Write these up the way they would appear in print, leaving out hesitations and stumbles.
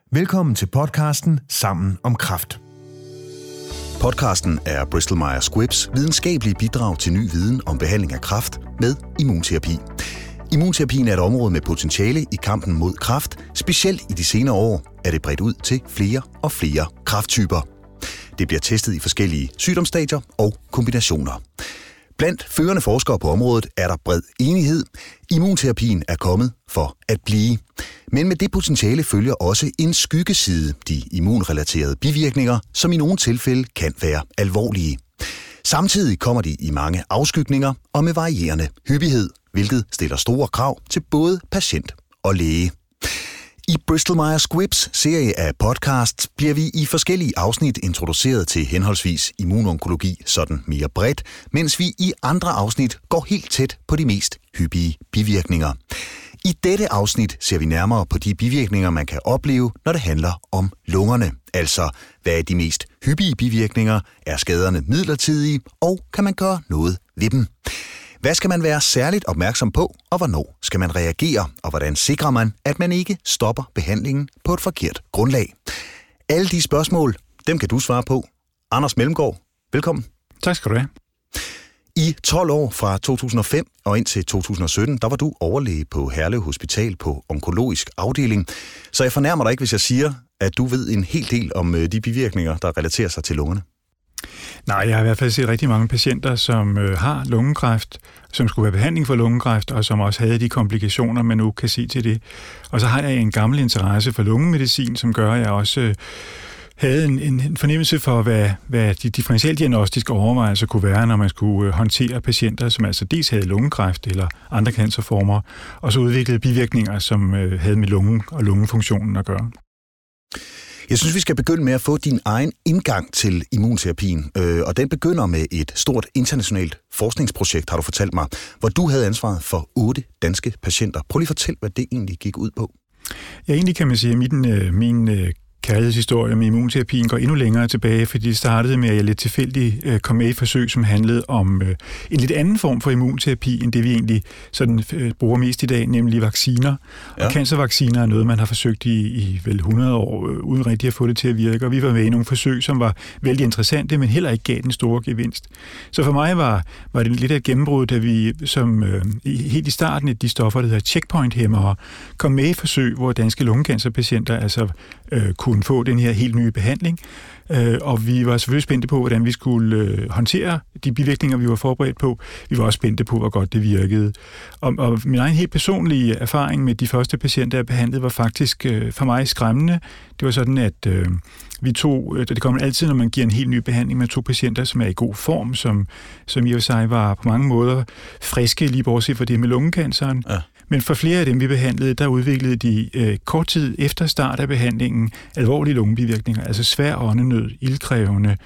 Velkommen til podcasten Sammen om kræft. Podcasten er Bristol Myers Squibbs videnskabelige bidrag til ny viden om behandling af kræft med immunterapi. Immunterapien er et område med potentiale i kampen mod kræft. Specielt i de senere år er det bredt ud til flere og flere kræfttyper. Det bliver testet i forskellige sygdomsstadier og kombinationer. Blandt førende forskere på området er der bred enighed. Immunterapien er kommet for at blive. Men med det potentiale følger også en skyggeside, de immunrelaterede bivirkninger, som i nogle tilfælde kan være alvorlige. Samtidig kommer de i mange afskygninger og med varierende hyppighed, hvilket stiller store krav til både patient og læge. I Bristol Myers Squibbs serie af podcasts bliver vi i forskellige afsnit introduceret til henholdsvis immunonkologi sådan mere bredt, mens vi i andre afsnit går helt tæt på de mest hyppige bivirkninger. I dette afsnit ser vi nærmere på de bivirkninger, man kan opleve, når det handler om lungerne. Altså, hvad er de mest hyppige bivirkninger? Er skaderne midlertidige? Og kan man gøre noget ved dem? Hvad skal man være særligt opmærksom på, og hvornår skal man reagere? Og hvordan sikrer man, at man ikke stopper behandlingen på et forkert grundlag? Alle de spørgsmål, dem kan du svare på. Anders Mellemgaard, velkommen. Tak skal du have. I 12 år fra 2005 og indtil 2017, der var du overlæge på Herlev Hospital på onkologisk afdeling. Så jeg fornærmer dig ikke, hvis jeg siger, at du ved en hel del om de bivirkninger, der relaterer sig til lungerne. Nej, jeg har i hvert fald set rigtig mange patienter, som har lungekræft, som skulle have behandling for lungekræft, og som også havde de komplikationer, man nu kan se til det. Og så har jeg en gammel interesse for lungemedicin, som gør, at jeg også havde en fornemmelse for, hvad de differentialdiagnostiske overvejelser kunne være, når man skulle håndtere patienter, som altså dels havde lungekræft eller andre cancerformer, og så udviklede bivirkninger, som havde med lungen og lungefunktionen at gøre. Jeg synes, vi skal begynde med at få din egen indgang til immunterapien, og den begynder med et stort internationalt forskningsprojekt, har du fortalt mig, hvor du havde ansvaret for 8 danske patienter. Prøv lige at fortælle, hvad det egentlig gik ud på. Ja, egentlig kan man sige, at min kærlighedshistorie med immunterapien går endnu længere tilbage, fordi det startede med, at jeg lidt tilfældigt kom med i et forsøg, som handlede om en lidt anden form for immunterapi, end det vi egentlig sådan bruger mest i dag, nemlig vacciner. Ja. Og cancervacciner er noget, man har forsøgt i vel 100 år, uden rigtig at få det til at virke. Og vi var med i nogle forsøg, som var vældig interessante, men heller ikke gav den store gevinst. Så for mig var det lidt af et gennembrud, da vi helt i starten af de stoffer, der hedder checkpoint-hæmmere, kom med i et forsøg, hvor danske lungecancerpatienter altså kunne få den her helt nye behandling. Og vi var selvfølgelig spændte på, hvordan vi skulle håndtere de bivirkninger, vi var forberedt på. Vi var også spændte på, hvor godt det virkede. Og min egen helt personlige erfaring med de første patienter, jeg behandlede, var faktisk for mig skræmmende. Det var sådan, at det kommer altid, når man giver en helt ny behandling med 2 patienter, som er i god form, som i og for sig var på mange måder friske, lige bortset fra det med lungecanceren. Ja. Men for flere af dem, vi behandlede, der udviklede de kort tid efter start af behandlingen alvorlige lungebivirkninger, altså svær åndenød, ildkrævende,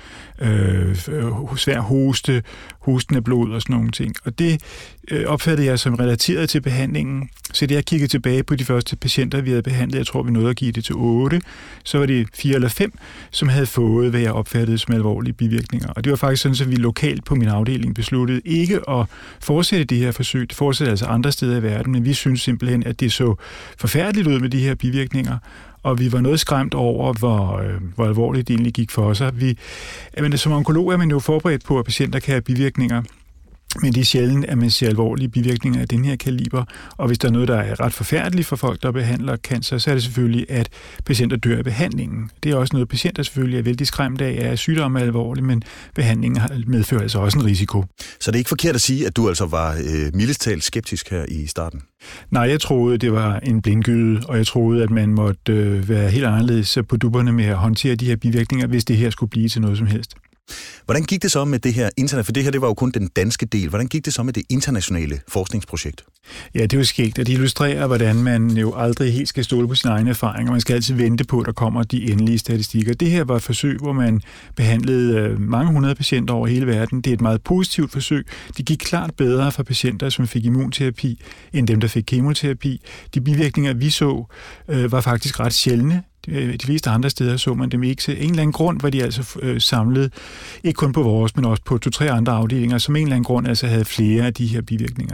svær hosten af blod og sådan nogle ting. Og det opfattede jeg som relateret til behandlingen. Så da jeg kiggede tilbage på de første patienter, vi havde behandlet, jeg tror, vi nåede at give det til 8, så var det 4 eller 5, som havde fået, hvad jeg opfattede som alvorlige bivirkninger. Og det var faktisk sådan, at vi lokalt på min afdeling besluttede ikke at fortsætte det her forsøg. Det fortsætter altså andre steder i verden, men vi synes simpelthen, at det så forfærdeligt ud med de her bivirkninger, og vi var noget skræmt over, hvor alvorligt det egentlig gik for sig. Som onkolog er man jo forberedt på, at patienter kan have bivirkninger, men det er sjældent, at man ser alvorlige bivirkninger af den her kaliber. Og hvis der er noget, der er ret forfærdeligt for folk, der behandler cancer, så er det selvfølgelig, at patienter dør af behandlingen. Det er også noget, patienter selvfølgelig er vældig skræmt af, at sygdommen er alvorlig, men behandlingen medfører altså også en risiko. Så det er ikke forkert at sige, at du altså var mildest talt skeptisk her i starten? Nej, jeg troede, det var en blindgyde, og jeg troede, at man måtte være helt anderledes på dupperne med at håndtere de her bivirkninger, hvis det her skulle blive til noget som helst. Hvordan gik det så med det her for det her, det var jo kun den danske del. Hvordan gik det så med det internationale forskningsprojekt? Ja, det er jo skægt, at det illustrerer, hvordan man jo aldrig helt skal stole på sine egne erfaringer. Man skal altid vente på, at der kommer de endelige statistikker. Det her var et forsøg, hvor man behandlede mange hundrede patienter over hele verden. Det er et meget positivt forsøg. Det gik klart bedre for patienter, som fik immunterapi, end dem, der fik kemoterapi. De bivirkninger, vi så, var faktisk ret sjældne. De fleste andre steder så man dem ikke. Så en eller anden grund var de altså samlet, ikke kun på vores, men også på 2-3 andre afdelinger, som en eller anden grund altså havde flere af de her bivirkninger.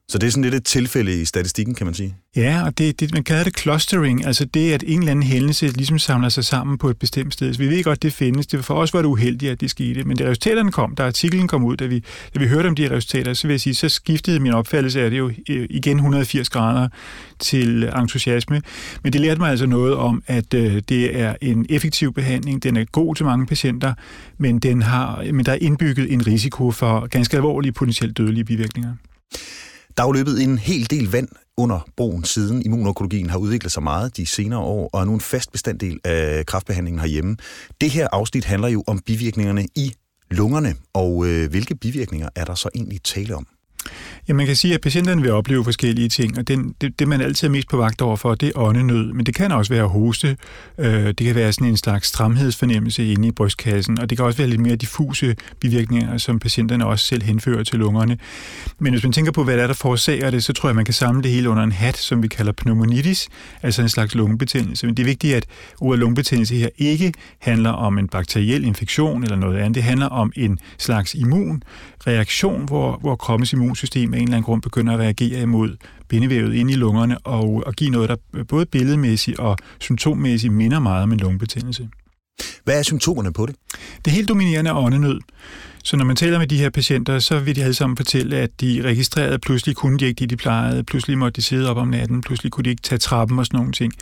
Så det er sådan lidt et tilfælde i statistikken, kan man sige? Ja, og man kalder det clustering, altså det, at en eller anden hændelse ligesom samler sig sammen på et bestemt sted. Så vi ved godt, det findes. For os var det uheldigt, at det skete. Men da resultaterne kom, da artiklen kom ud, da vi hørte om de her resultater, så vil jeg sige, så skiftede min opfattelse af det jo igen 180 grader til entusiasme. Men det lærte mig altså noget om, at det er en effektiv behandling. Den er god til mange patienter, men der er indbygget en risiko for ganske alvorlige, potentielt dødelige bivirkninger. Der er jo løbet en hel del vand under broen, siden immunonkologien har udviklet sig meget de senere år, og er nu en fast bestanddel af kræftbehandlingen herhjemme. Det her afsnit handler jo om bivirkningerne i lungerne, og hvilke bivirkninger er der så egentlig tale om? Ja, man kan sige, at patienterne vil opleve forskellige ting, og det man altid er mest på vagt overfor, det er åndenød, men det kan også være hoste, det kan være sådan en slags stramhedsfornemmelse inde i brystkassen, og det kan også være lidt mere diffuse bivirkninger, som patienterne også selv henfører til lungerne. Men hvis man tænker på, hvad der forårsager det, så tror jeg, man kan samle det hele under en hat, som vi kalder pneumonitis, altså en slags lungebetændelse. Men det er vigtigt, at ordet lungebetændelse her ikke handler om en bakteriel infektion eller noget andet. Det handler om en slags immunreaktion, hvor kroppens immunsystem af en eller anden grund begynder at reagere imod bindevævet inde i lungerne og give noget, der både billedmæssigt og symptommæssigt minder meget om en lungebetændelse. Hvad er symptomerne på det? Det helt dominerende er åndenød. Så når man taler med de her patienter, så vil de alle sammen fortælle, at de registrerede, pludselig kunne de ikke det, de plejede, pludselig måtte de sidde op om natten, pludselig kunne de ikke tage trappen og sådan nogle ting.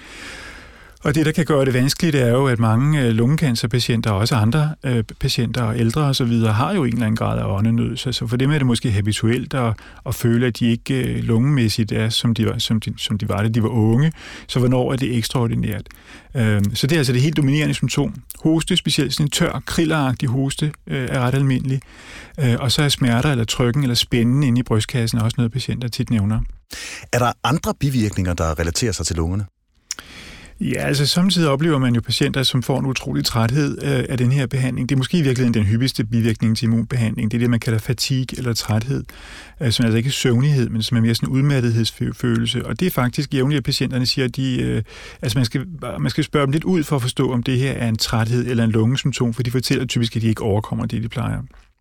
Og det, der kan gøre det vanskeligt, er jo, at mange lungecancerpatienter og også andre patienter og ældre osv. har jo en eller anden grad af åndenød. Så for dem er det måske habituelt at føle, at de ikke lungemæssigt er, som de var, da de var unge. Så hvornår er det ekstraordinært? Så det er altså det helt dominerende symptom. Hoste, specielt sådan en tør, krilleragtig hoste, er ret almindelig. Og så er smerter eller trykken eller spænden inde i brystkassen også noget, patienter tit nævner. Er der andre bivirkninger, der relaterer sig til lungerne? Ja, altså samtidig oplever man jo patienter, som får en utrolig træthed af den her behandling. Det er måske i virkeligheden den hyppigste bivirkning til immunbehandling. Det er det, man kalder fatigue eller træthed, som er altså ikke søvnighed, men som er mere sådan en udmattethedsfølelse. Og det er faktisk jævnligt, at patienterne siger, at man skal spørge dem lidt ud for at forstå, om det her er en træthed eller en lungesymptom, for de fortæller typisk, at de ikke overkommer det, de plejer.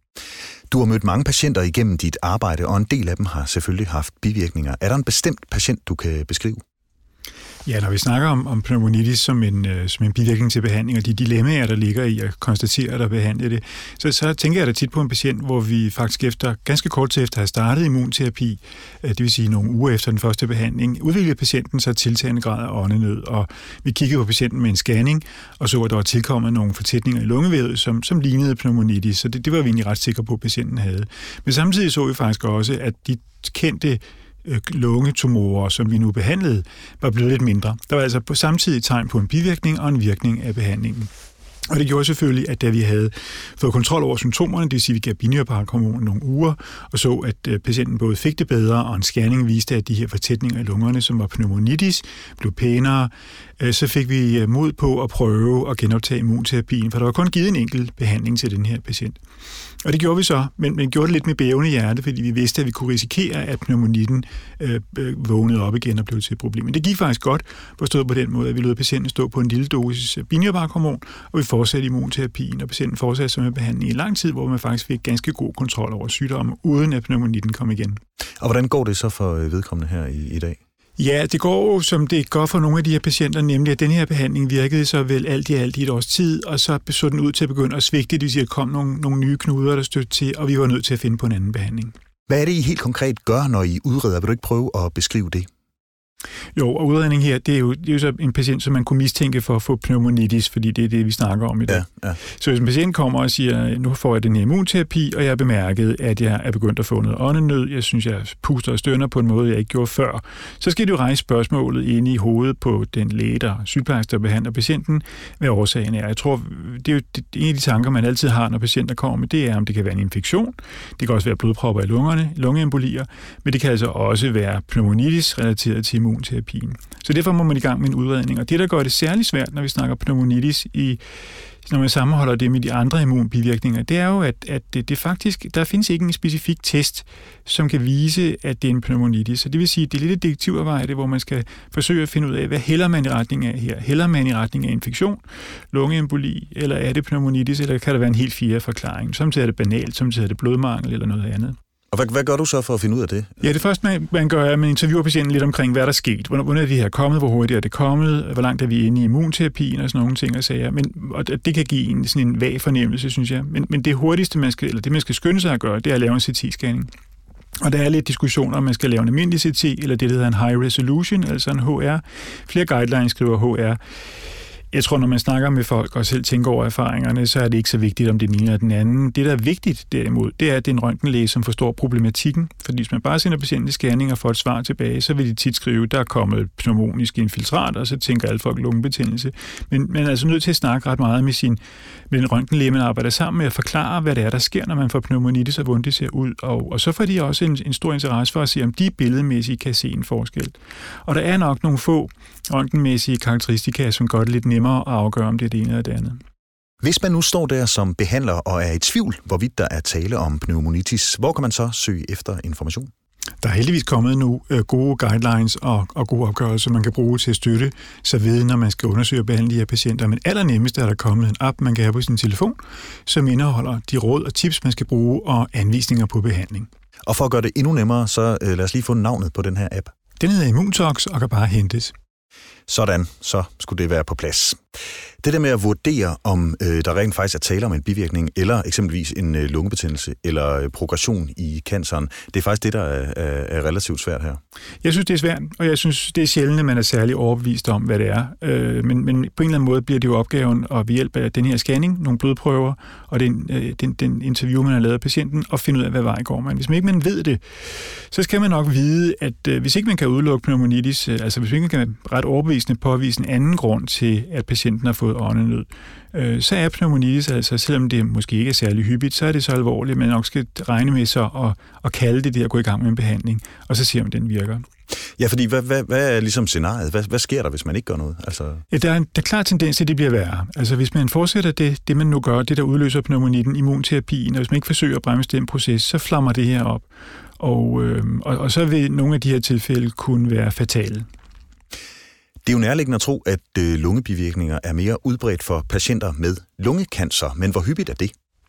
Du har mødt mange patienter igennem dit arbejde, og en del af dem har selvfølgelig haft bivirkninger. Er der en bestemt patient, du kan beskrive? Ja, når vi snakker om pneumonitis som en bivirkning til behandling, og de dilemmaer, der ligger i at konstatere og behandle det, så tænker jeg da tit på en patient, hvor vi faktisk ganske kort tid efter at have startet immunterapi, det vil sige nogle uger efter den første behandling, udviklede patienten så tiltagende grad af åndenød, og vi kiggede på patienten med en scanning, og så at der var tilkommet nogle fortætninger i lungevævet, som lignede pneumonitis, så det var vi egentlig ret sikre på, at patienten havde. Men samtidig så vi faktisk også, at de kendte lungetumorer, som vi nu behandlede, var blevet lidt mindre. Der var altså på samtidig tegn på en bivirkning og en virkning af behandlingen. Og det gjorde selvfølgelig, at da vi havde fået kontrol over symptomerne, det vil sige, at vi gav binyreparathormon nogle uger, og så, at patienten både fik det bedre, og en scanning viste, at de her fortætninger i lungerne, som var pneumonitis, blev pænere, så fik vi mod på at prøve at genoptage immunterapien, for der var kun givet en enkelt behandling til den her patient. Og det gjorde vi så, men gjorde det lidt med bævende hjerte, fordi vi vidste, at vi kunne risikere, at pneumonitten vågnede op igen og blev til et problem. Men det gik faktisk godt, forstået på den måde, at vi lod patienten stå på en lille dosis binyreparathormon, og vi fortsatte immunterapien, og patienten fortsatte så med behandling i lang tid, hvor man faktisk fik ganske god kontrol over sygdommen, uden at pneumonitten kom igen. Og hvordan går det så for vedkommende her i dag? Ja, det går jo, som det går for nogle af de her patienter, nemlig at den her behandling virkede så vel alt i et års tid, og så så den ud til at begynde at svigte, det vil sige, at der kom nogle nye knuder, der stødte til, og vi var nødt til at finde på en anden behandling. Hvad er det, I helt konkret gør, når I udreder? Vil du ikke prøve at beskrive det? Jo, og udredning her, det er jo så en patient, som man kunne mistænke for at få pneumonitis, fordi det er det, vi snakker om i dag. Ja. Så hvis en patient kommer og siger, nu får jeg den her immunterapi, og jeg har bemærket, at jeg er begyndt at få noget åndenød, jeg synes, jeg puster og stønner på en måde, jeg ikke gjorde før, så skal du rejse spørgsmålet inde i hovedet på den læge, der sygeplejerske, der behandler patienten, hvad årsagen er. Jeg tror, det er jo en af de tanker, man altid har, når patienter kommer med, det er, om det kan være en infektion, det kan også være blodpropper i lungerne, lungeembolier, men det kan altså også være pneumonitis relateret til immunterapien. Så derfor må man i gang med en udredning. Og det, der gør det særlig svært, når vi snakker pneumonitis, når man sammenholder det med de andre immunbivirkninger, det er jo, at det faktisk, der findes ikke en specifik test, som kan vise, at det er en pneumonitis. Så det vil sige, at det er lidt et detektivarbejde, hvor man skal forsøge at finde ud af, hvad hælder man i retning af her? Hælder man i retning af infektion, lungeemboli, eller er det pneumonitis, eller kan der være en helt fjerde forklaring? Samtidig er det banalt, samtidig er det blodmangel eller noget andet. Og hvad gør du så for at finde ud af det? Ja, det første, man gør, er, at man interviewer patienten lidt omkring, hvad der er sket. Hvornår er vi her kommet? Hvor hurtigt er det kommet? Hvor langt er vi inde i immunterapien? Og sådan nogle ting og sager. Og det kan give sådan en vag fornemmelse, synes jeg. Men det hurtigste, man skal skynde sig at gøre, det er at lave en CT-scanning. Og der er lidt diskussioner, om man skal lave en almindelig CT, eller det, der hedder en high resolution, altså en HR. Flere guidelines skriver HR. Jeg tror, når man snakker med folk og selv tænker over erfaringerne, så er det ikke så vigtigt, om det er den ene eller den anden. Det, der er vigtigt derimod, det er, at det er en røntgenlæge, som forstår problematikken. Fordi hvis man bare sender patienten i scanning og får et svar tilbage, så vil de tit skrive, der er kommet pneumonisk infiltrat, og så tænker alle folk lungebetændelse. Men man er altså nødt til at snakke ret meget med den røntgenlæge, man arbejder sammen med, at forklare, hvad det er, der sker, når man får pneumonitis, og hvordan det ser ud. Og så får de også en stor interesse for at se, om de billedmæssigt kan se en forskel. Og der er nok nogle få røntgenmæssige karakteristika, som gør det lidt nemmere at afgøre, om det er det ene eller det andet. Hvis man nu står der som behandler og er i tvivl, hvorvidt der er tale om pneumonitis, hvor kan man så søge efter information? Der er heldigvis kommet nu gode guidelines og gode opgørelser, man kan bruge til at støtte sig ved, når man skal undersøge og behandle de her patienter. Men allernemmest er der kommet en app, man kan have på sin telefon, som indeholder de råd og tips, man skal bruge, og anvisninger på behandling. Og for at gøre det endnu nemmere, så lad os lige få navnet på den her app. Den hedder Immuntox og kan bare hentes. Sådan, så skulle det være på plads. Det der med at vurdere, om der rent faktisk er tale om en bivirkning, eller eksempelvis en lungebetændelse, eller progression i canceren, det er faktisk det, der er relativt svært her. Jeg synes, det er svært, og jeg synes, det er sjældent, at man er særlig overbevist om, hvad det er. Men på en eller anden måde bliver det jo opgaven at ved hjælp af den her scanning, nogle blodprøver, og den interview, man har lavet af patienten, og finde ud af, hvad vej går man. Hvis man ikke ved det, så skal man nok vide, at hvis ikke man kan udelukke pneumonitis, altså hvis man ikke kan ret overbevisende påvise en anden grund til, at patienten har fået åndenød, så er pneumonitis, altså selvom det måske ikke er særlig hyppigt, så er det så alvorligt, at man nok skal regne med så at kalde det at gå i gang med en behandling, og så se, om den virker. Ja, fordi hvad er ligesom scenariet? Hvad sker der, hvis man ikke gør noget? Altså... Ja, der er klar tendens til, at det bliver værre. Altså hvis man fortsætter det man nu gør, det der udløser pneumonitten, immunterapien, og hvis man ikke forsøger at bremse den proces, så flammer det her op. Og så vil nogle af de her tilfælde kunne være fatale. Det er jo nærliggende at tro, at lungebivirkninger er mere udbredt for patienter med lungekancer, men hvor hyppigt er det?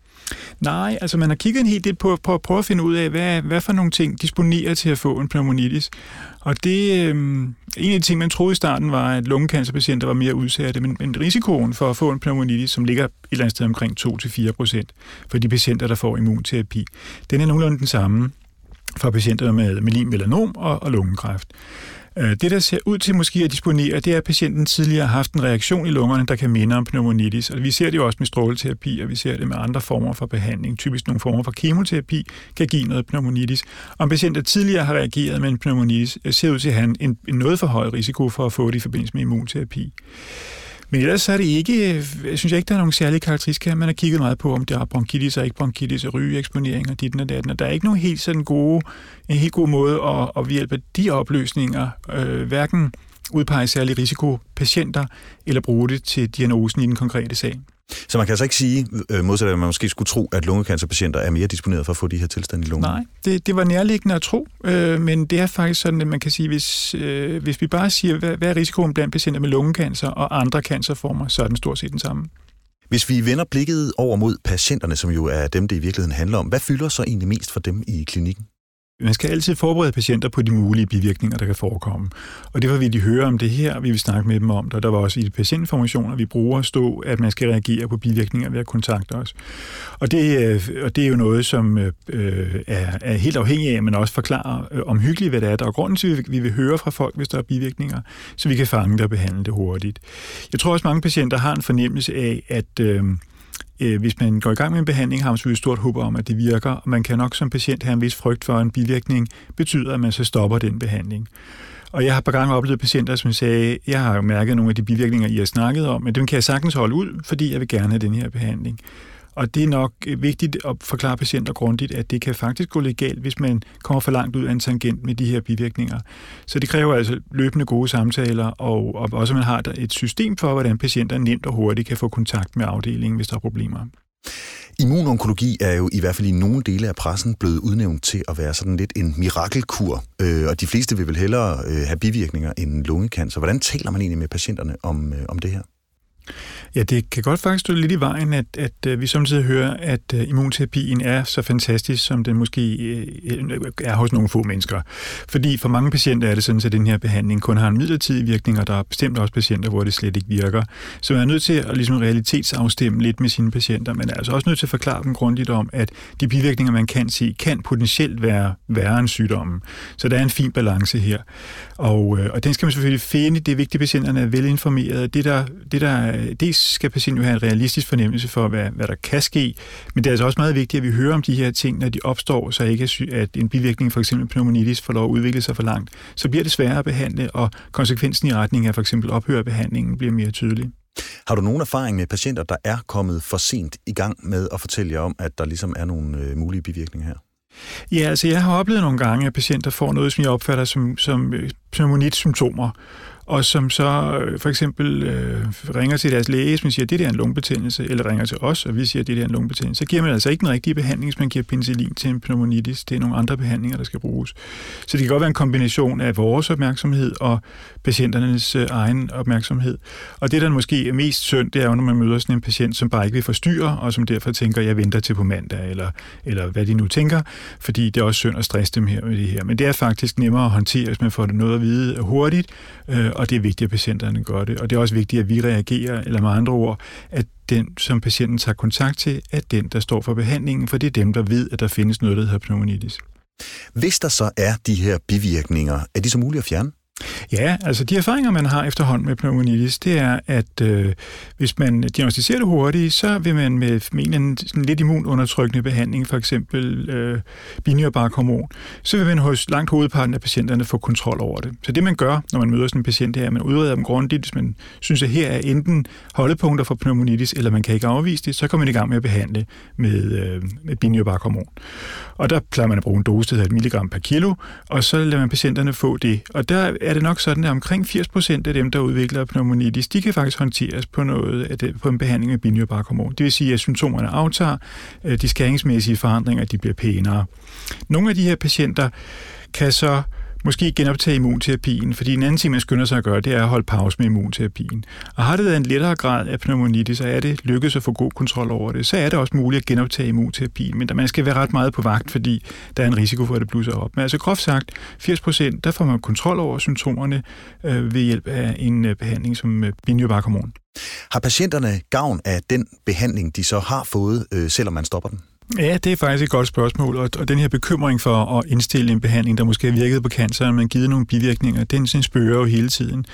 Nej, altså man har kigget en hel del på at prøve at finde ud af, hvad for nogle ting disponerer til at få en pneumonitis. Og det, en af de ting, man troede i starten, var, at lungekancerpatienter var mere udsatte, men risikoen for at få en pneumonitis, som ligger et eller andet sted omkring 2-4% for de patienter, der får immunterapi, den er nogenlunde den samme for patienter med malign melanom og lungekræft. Det, der ser ud til måske at disponere, det er, at patienten tidligere har haft en reaktion i lungerne, der kan minde om pneumonitis. Og vi ser det jo også med stråleterapi, og vi ser det med andre former for behandling. Typisk nogle former for kemoterapi kan give noget pneumonitis. Om patienter tidligere har reageret med en pneumonitis, ser ud til at have en noget for høj risiko for at få det i forbindelse med immunterapi. Men ellers så er det ikke, synes jeg ikke, der er nogen særlige karakteristika. Man har kigget meget på, om der er bronkitis og ikke bronkitis og rygeeksponering og dit og datten. Og der er ikke nogen helt helt god måde at ved hjælp af de opløsninger hverken udpege særlig risikopatienter eller bruge det til diagnosen i den konkrete sag. Så man kan altså ikke sige, modsat at man måske skulle tro, at lungekancerpatienter er mere disponeret for at få de her tilstande i lungen? Nej, det var nærliggende at tro, men det er faktisk sådan, at man kan sige, hvis vi bare siger, hvad er risikoen blandt patienter med lungekancer og andre cancerformer, så er den stort set den samme. Hvis vi vender blikket over mod patienterne, som jo er dem, det i virkeligheden handler om, hvad fylder så egentlig mest for dem i klinikken? Man skal altid forberede patienter på de mulige bivirkninger, der kan forekomme. Og det var vi de hører om det her, vi vil snakke med dem om det. Der var også i patientinformationer, vi bruger at stå, at man skal reagere på bivirkninger ved at kontakte os. Og det er jo noget, som er helt afhængigt af, at man også forklarer omhyggeligt, hvad det er, der er grunden til, at vi vil høre fra folk, hvis der er bivirkninger, så vi kan fange det og behandle det hurtigt. Jeg tror også, mange patienter har en fornemmelse af, at hvis man går i gang med en behandling, har man selvfølgelig et stort håb om, at det virker, og man kan nok som patient have en vis frygt for, en bivirkning betyder, at man så stopper den behandling. Og jeg har et par gange oplevet patienter, som sagde, jeg har jo mærket nogle af de bivirkninger, I har snakket om, men dem kan jeg sagtens holde ud, fordi jeg vil gerne have den her behandling. Og det er nok vigtigt at forklare patienter grundigt, at det kan faktisk gå lidt galt, hvis man kommer for langt ud af en tangent med de her bivirkninger. Så det kræver altså løbende gode samtaler, og også at man har et system for, hvordan patienter nemt og hurtigt kan få kontakt med afdelingen, hvis der er problemer. Immunonkologi er jo i hvert fald i nogle dele af pressen blevet udnævnt til at være sådan lidt en mirakelkur, og de fleste vil vel hellere have bivirkninger end lungekancer. Hvordan taler man egentlig med patienterne om det her? Ja, det kan godt faktisk stå lidt i vejen, at vi samtidig hører, at immunterapien er så fantastisk, som den måske er hos nogle få mennesker. Fordi for mange patienter er det sådan, at den her behandling kun har en midlertidig virkning, og der er bestemt også patienter, hvor det slet ikke virker. Så man er nødt til at ligesom realitetsafstemme lidt med sine patienter, men er altså også nødt til at forklare dem grundigt om, at de bivirkninger, man kan se, kan potentielt være værre end sygdommen. Så der er en fin balance her. Og den skal man selvfølgelig finde. Det er vigtigt, at patienterne er velinformerede. Det skal patienten jo have en realistisk fornemmelse for, hvad der kan ske. Men det er altså også meget vigtigt, at vi hører om de her ting, når de opstår, så ikke at en bivirkning, for eksempel pneumonitis, får lov at udvikle sig for langt. Så bliver det sværere at behandle, og konsekvensen i retning af for eksempel ophør af behandlingen bliver mere tydelig. Har du nogen erfaring med patienter, der er kommet for sent i gang med at fortælle jer om, at der ligesom er nogle mulige bivirkninger her? Ja, altså jeg har oplevet nogle gange, at patienter får noget, som jeg opfatter som pneumonit-symptomer, og som så for eksempel ringer til deres læge, som siger, at det der er en lungebetændelse, eller ringer til os, og vi siger, at det der er en lungebetændelse. Så giver man altså ikke den rigtige behandling, hvis man giver penicillin til en pneumonitis. Det er nogle andre behandlinger, der skal bruges. Så det kan godt være en kombination af vores opmærksomhed og patienternes egen opmærksomhed. Og det, der måske er mest synd, det er jo, når man møder sådan en patient, som bare ikke vil forstyrre, og som derfor tænker, jeg venter til på mandag, eller hvad de nu tænker, fordi det er også synd at stresse dem her med det her. Men det er faktisk nemmere at håndtere, hvis man får det noget at vide hurtigt, og det er vigtigt, at patienterne gør det. Og det er også vigtigt, at vi reagerer, eller med andre ord, at den, som patienten tager kontakt til, er den, der står for behandlingen, for det er dem, der ved, at der findes noget, der hedder pneumonitis. Hvis der så er de her bivirkninger, er de så mulige at fjerne? Ja, altså de erfaringer, man har efterhånden med pneumonitis, det er, at hvis man diagnostiserer det hurtigt, så vil man med en lidt immunundertrykkende behandling, for eksempel binyrbarkhormon, så vil man hos langt hovedparten af patienterne få kontrol over det. Så det, man gør, når man møder sådan en patient her, man udreder dem grundigt, hvis man synes, at her er enten holdepunkter for pneumonitis, eller man kan ikke afvise det, så kommer man i gang med at behandle med binyrbarkhormon. Og der plejer man at bruge en dose, der hedder 1 milligram per kilo, og så lader man patienterne få det. Og der er det nok sådan, at omkring 80% af dem, der udvikler pneumonitis, de kan faktisk håndteres på en behandling med binyrbarkhormon. Det vil sige, at symptomerne aftager, de skæringsmæssige forandringer, de bliver pænere. Nogle af de her patienter kan så måske genoptage immunterapien, fordi en anden ting, man skynder sig at gøre, det er at holde pause med immunterapien. Og har det været en lettere grad af pneumonitis, så er det lykkedes at få god kontrol over det, så er det også muligt at genoptage immunterapien, men man skal være ret meget på vagt, fordi der er en risiko for, at det blusser op. Men altså groft sagt, 80%, der får man kontrol over symptomerne ved hjælp af en behandling som binyrbarkhormon. Har patienterne gavn af den behandling, de så har fået, selvom man stopper den? Ja, det er faktisk et godt spørgsmål, og den her bekymring for at indstille en behandling, der måske har virket på cancer, men givet nogle bivirkninger, den spørger jo hele tiden.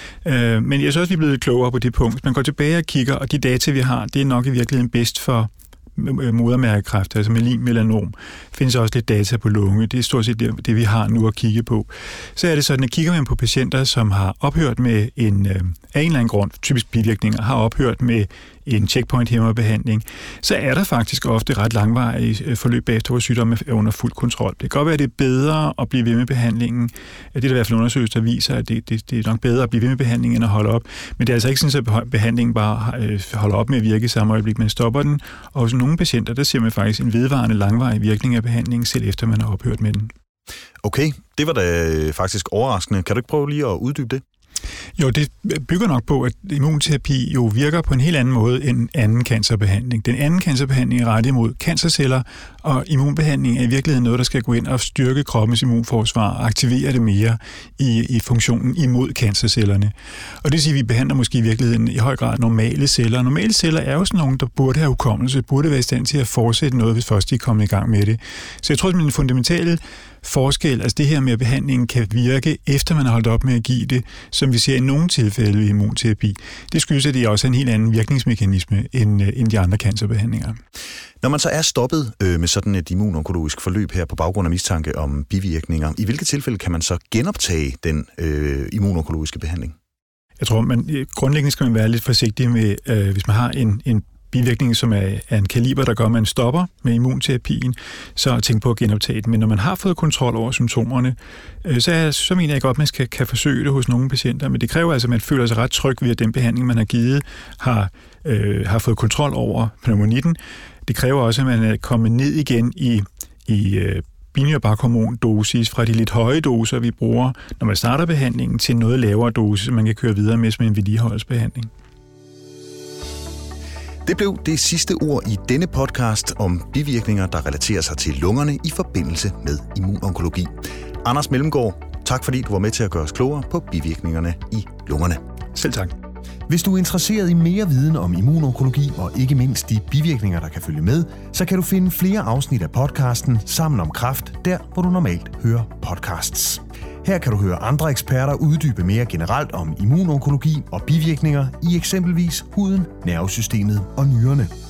Men jeg synes også, vi er blevet klogere på det punkt. Hvis man går tilbage og kigger, og de data, vi har, det er nok i virkeligheden bedst for modermærkekræft, altså melanom. Der findes også lidt data på lunge. Det er stort set det, vi har nu at kigge på. Så er det sådan, at kigger man på patienter, som har ophørt med af en eller anden grund, typisk bivirkninger, har ophørt med en checkpoint-hæmmerbehandling, så er der faktisk ofte ret langvarige forløb bagefter, hvor sygdommen er under fuld kontrol. Det kan godt være, at det er bedre at blive ved med behandlingen. Det er der i hvert fald undersøgelser, der viser, at det er nok bedre at blive ved med behandlingen, end at holde op. Men det er altså ikke sådan, at behandlingen bare holder op med at virke i samme øjeblik, man stopper den. Og hos nogle patienter, der ser man faktisk en vedvarende langvarig virkning af behandlingen, selv efter man har ophørt med den. Okay, det var da faktisk overraskende. Kan du ikke prøve lige at uddybe det? Jo, det bygger nok på, at immunterapi jo virker på en helt anden måde end anden cancerbehandling. Den anden cancerbehandling er rettet imod cancerceller, og immunbehandling er i virkeligheden noget, der skal gå ind og styrke kroppens immunforsvar og aktivere det mere i funktionen imod cancercellerne. Og det vil sige, at vi behandler måske i virkeligheden i høj grad normale celler. Normale celler er jo sådan nogle, der burde have hukommelse, burde være i stand til at fortsætte noget, hvis først de er kommet i gang med det. Så jeg tror, at den fundamentale forskel, altså det her med, at behandlingen kan virke, efter man har holdt op med at give det, som vi ser i nogle tilfælde ved immunterapi, det skyldes, at det også er en helt anden virkningsmekanisme end de andre cancerbehandlinger. Når man så er stoppet med sådan et immunonkologisk forløb her på baggrund af mistanke om bivirkninger, i hvilke tilfælde kan man så genoptage den immunonkologiske behandling? Jeg tror, grundlæggende skal man være lidt forsigtig med, hvis man har en bivirkning, som er en kaliber, der gør, at man stopper med immunterapien, så tænk på at genoptage den. Men når man har fået kontrol over symptomerne, så mener jeg godt, at man kan forsøge det hos nogle patienter. Men det kræver altså, at man føler sig ret tryg ved, at den behandling, man har givet, har fået kontrol over pneumonitten. Det kræver også, at man er kommet ned igen i binyrbarkhormondosis fra de lidt høje doser, vi bruger, når man starter behandlingen, til noget lavere dosis, så man kan køre videre med som en vedligeholdelsesbehandling. Det blev det sidste ord i denne podcast om bivirkninger, der relaterer sig til lungerne i forbindelse med immunonkologi. Anders Mellemgaard, tak fordi du var med til at gøre os klogere på bivirkningerne i lungerne. Selv tak. Hvis du er interesseret i mere viden om immunonkologi og ikke mindst de bivirkninger, der kan følge med, så kan du finde flere afsnit af podcasten Sammen om Kræft, der hvor du normalt hører podcasts. Her kan du høre andre eksperter uddybe mere generelt om immunonkologi og bivirkninger i eksempelvis huden, nervesystemet og nyrerne.